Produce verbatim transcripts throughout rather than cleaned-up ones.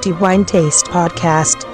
The Wine Taste Podcast.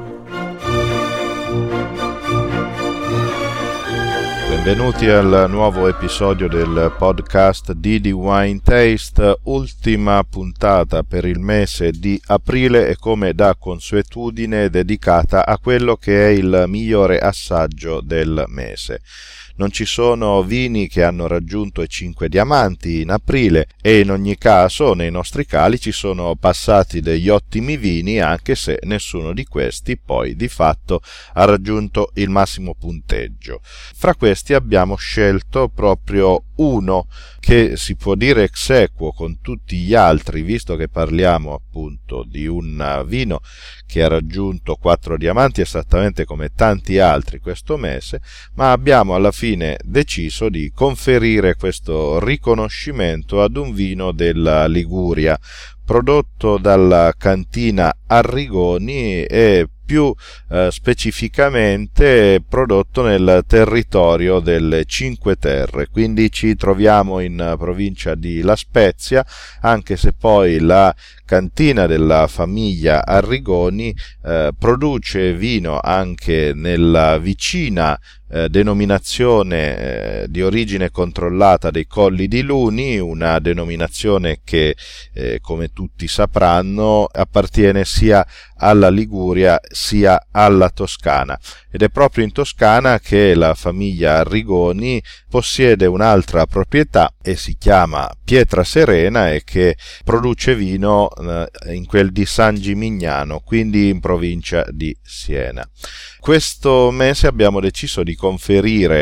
Benvenuti al nuovo episodio del podcast di The Wine Taste, ultima puntata per il mese di aprile e come da consuetudine dedicata a quello che è il migliore assaggio del mese. Non ci sono vini che hanno raggiunto i cinque diamanti in aprile e in ogni caso nei nostri calici sono passati degli ottimi vini, anche se nessuno di questi poi di fatto ha raggiunto il massimo punteggio. Fra questi abbiamo scelto proprio uno che si può dire ex aequo con tutti gli altri, visto che parliamo appunto di un vino che ha raggiunto quattro diamanti esattamente come tanti altri questo mese, ma abbiamo alla fine deciso di conferire questo riconoscimento ad un vino della Liguria, prodotto dalla cantina Arrigoni e più eh, specificamente prodotto nel territorio delle Cinque Terre, quindi ci troviamo in provincia di La Spezia, anche se poi la cantina della famiglia Arrigoni eh, produce vino anche nella vicina eh, denominazione eh, di origine controllata dei Colli di Luni, una denominazione che eh, come tutti sapranno appartiene sia alla Liguria sia alla Toscana, ed è proprio in Toscana che la famiglia Arrigoni possiede un'altra proprietà e si chiama Pietraserena e che produce vino eh, in quel di San Gimignano, quindi in provincia di Siena. Questo mese abbiamo deciso di conferire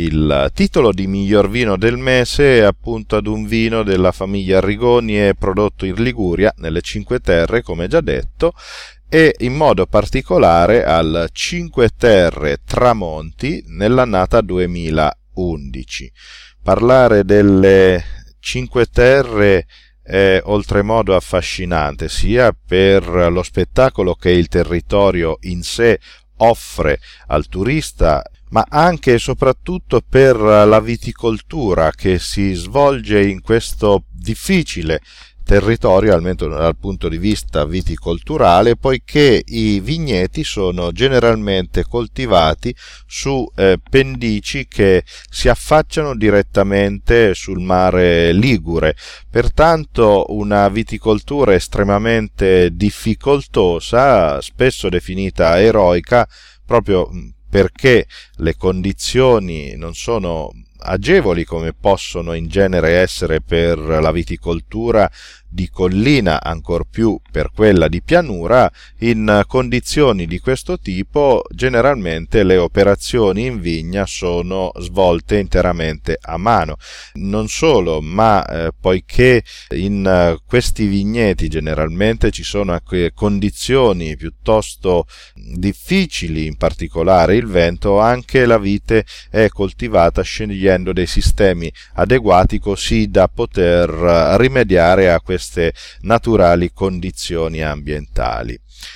il titolo di miglior vino del mese appunto ad un vino della famiglia Arrigoni e prodotto in Liguria, nelle Cinque Terre, come già detto, e in modo particolare al Cinque Terre Tramonti nell'annata duemilaundici. Parlare delle Cinque Terre è oltremodo affascinante, sia per lo spettacolo che il territorio in sé offre al turista, ma anche e soprattutto per la viticoltura che si svolge in questo difficile territorio, almeno dal punto di vista viticolturale, poiché i vigneti sono generalmente coltivati su eh, pendici che si affacciano direttamente sul mare Ligure, pertanto una viticoltura estremamente difficoltosa, spesso definita eroica, proprio perché le condizioni non sono agevoli come possono in genere essere per la viticoltura di collina, ancor più per quella di pianura. In condizioni di questo tipo generalmente le operazioni in vigna sono svolte interamente a mano. Non solo, ma eh, poiché in eh, questi vigneti generalmente ci sono anche condizioni piuttosto difficili, in particolare il vento, anche la vite è coltivata scegliendo dei sistemi adeguati così da poter rimediare a queste naturali condizioni ambientali.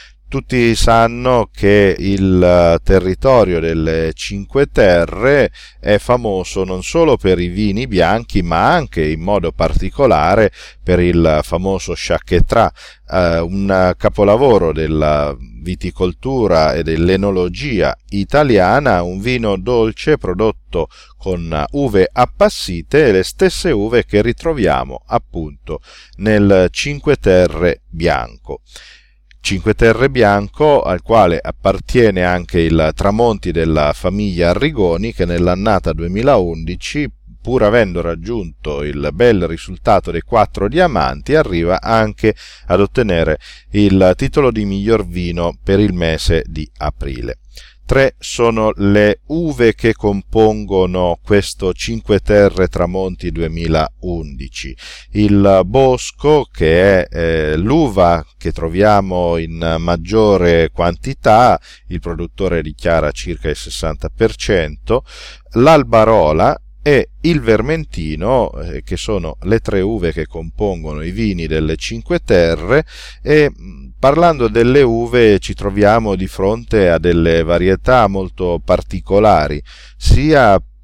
Tutti sanno che il territorio delle Cinque Terre è famoso non solo per i vini bianchi, ma anche in modo particolare per il famoso Sciacquetrat, eh, un capolavoro della viticoltura e dell'enologia italiana, un vino dolce prodotto con uve appassite, le stesse uve che ritroviamo appunto nel Cinque Terre bianco. Cinque Terre bianco al quale appartiene anche il Tramonti della famiglia Arrigoni, che nell'annata duemilaundici, pur avendo raggiunto il bel risultato dei quattro diamanti, arriva anche ad ottenere il titolo di miglior vino per il mese di aprile. Tre sono le uve che compongono questo Cinque Terre Tramonti duemilaundici. Il Bosco, che è eh, l'uva che troviamo in maggiore quantità, il produttore dichiara circa il sessanta per cento, l'Albarola e il Vermentino, eh, che sono le tre uve che compongono i vini delle Cinque Terre. E parlando delle uve ci troviamo di fronte a delle varietà molto particolari, sia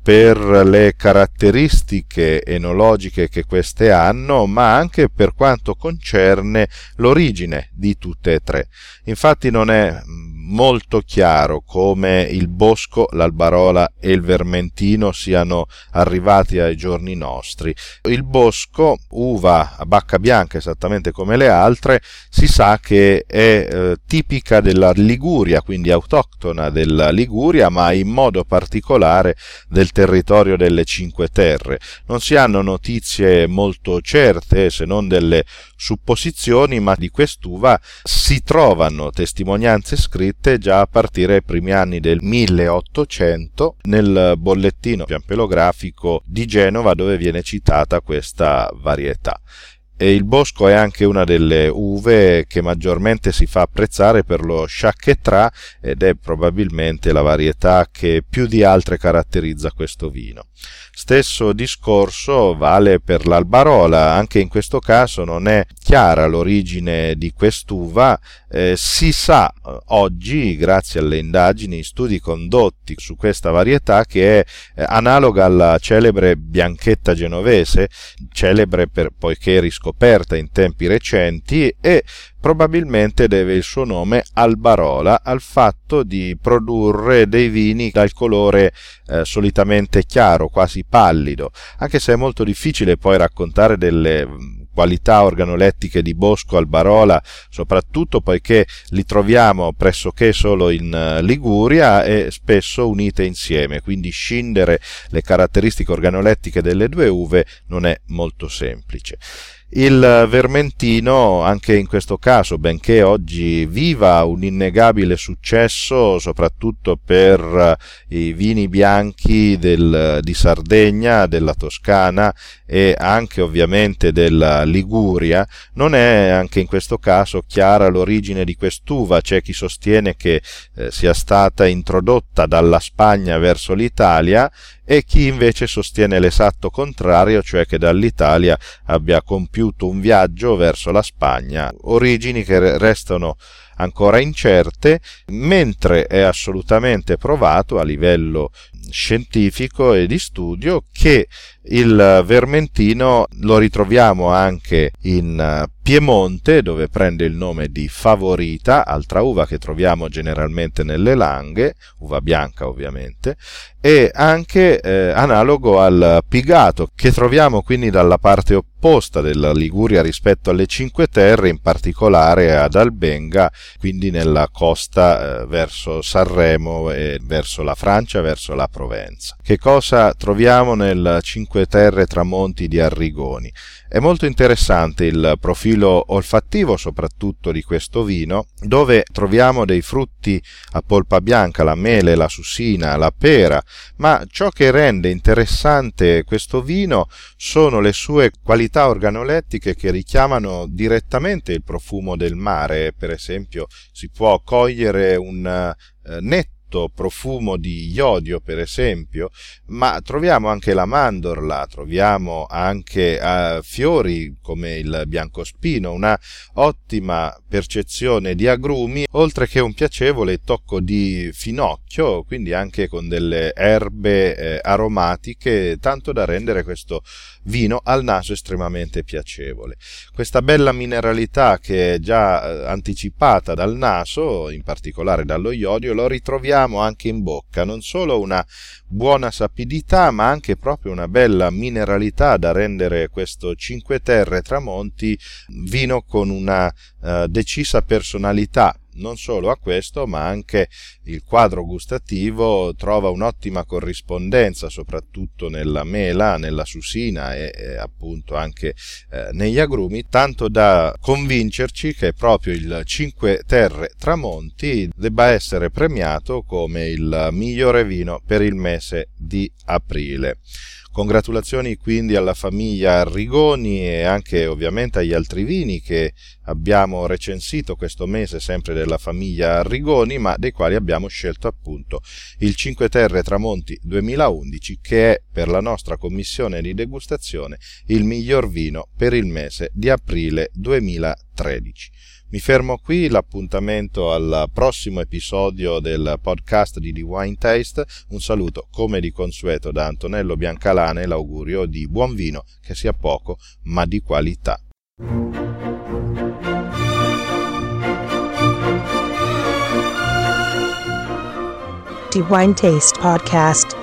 per le caratteristiche enologiche che queste hanno, ma anche per quanto concerne l'origine di tutte e tre. Infatti non è molto chiaro come il bosco, l'albarola e il vermentino siano arrivati ai giorni nostri. Il bosco, uva a bacca bianca esattamente come le altre, si sa che è eh, tipica della Liguria, quindi autoctona della Liguria, ma in modo particolare del territorio delle Cinque Terre. Non si hanno notizie molto certe, se non delle supposizioni, ma di quest'uva si trovano testimonianze scritte già a partire dai primi anni del milleottocento nel bollettino piampelografico di Genova, dove viene citata questa varietà. E il bosco è anche una delle uve che maggiormente si fa apprezzare per lo Chaquetrà, ed è probabilmente la varietà che più di altre caratterizza questo vino. Stesso discorso vale per l'albarola. Anche in questo caso non è chiara l'origine di quest'uva. Eh, si sa oggi, grazie alle indagini, studi condotti su questa varietà, che è eh, analoga alla celebre bianchetta genovese, celebre per, poiché riscoperta in tempi recenti, e probabilmente deve il suo nome albarola al fatto di produrre dei vini dal colore eh, solitamente chiaro, quasi pallido, anche se è molto difficile poi raccontare delle qualità organolettiche di bosco albarola, soprattutto poiché li troviamo pressoché solo in Liguria e spesso unite insieme, quindi scindere le caratteristiche organolettiche delle due uve non è molto semplice. Il vermentino, anche in questo caso, benché oggi viva un innegabile successo, soprattutto per i vini bianchi del, di Sardegna, della Toscana e anche ovviamente della Liguria, non è anche in questo caso chiara l'origine di quest'uva. C'è chi sostiene che eh, sia stata introdotta dalla Spagna verso l'Italia, e chi invece sostiene l'esatto contrario, cioè che dall'Italia abbia compiuto un viaggio verso la Spagna, origini che restano ancora incerte, mentre è assolutamente provato a livello scientifico e di studio che il vermentino lo ritroviamo anche in Piemonte, dove prende il nome di Favorita, altra uva che troviamo generalmente nelle Langhe, uva bianca ovviamente, e anche eh, analogo al Pigato, che troviamo quindi dalla parte opposta della Liguria rispetto alle Cinque Terre, in particolare ad Albenga, quindi nella costa eh, verso Sanremo e verso la Francia, verso la Provenza. Che cosa troviamo nel Cinque Terre Tramonti di Arrigoni? È molto interessante il profilo olfattivo soprattutto di questo vino, dove troviamo dei frutti a polpa bianca, la mele, la susina, la pera, ma ciò che rende interessante questo vino sono le sue qualità organolettiche che richiamano direttamente il profumo del mare. Per esempio si può cogliere un eh, netto profumo di iodio, per esempio, ma troviamo anche la mandorla, troviamo anche uh, fiori come il biancospino, una ottima percezione di agrumi, oltre che un piacevole tocco di finocchio, quindi anche con delle erbe eh, aromatiche, tanto da rendere questo vino al naso estremamente piacevole. Questa bella mineralità, che è già eh, anticipata dal naso, in particolare dallo iodio, lo ritroviamo anche in bocca, non solo una buona sapidità, ma anche proprio una bella mineralità da rendere questo Cinque Terre Tramonti vino con una uh, decisa personalità. Non solo a questo, ma anche il quadro gustativo trova un'ottima corrispondenza, soprattutto nella mela, nella susina e, e appunto anche eh, negli agrumi, tanto da convincerci che proprio il Cinque Terre Tramonti debba essere premiato come il migliore vino per il mese di aprile. Congratulazioni quindi alla famiglia Arrigoni e anche ovviamente agli altri vini che abbiamo recensito questo mese, sempre della famiglia Arrigoni, ma dei quali abbiamo scelto appunto il Cinque Terre Tramonti duemilaundici, che è per la nostra commissione di degustazione il miglior vino per il mese di aprile duemilatredici. Mi fermo qui, l'appuntamento al prossimo episodio del podcast di The Wine Taste. Un saluto come di consueto da Antonello Biancalana e l'augurio di buon vino, che sia poco ma di qualità. The Wine Taste Podcast.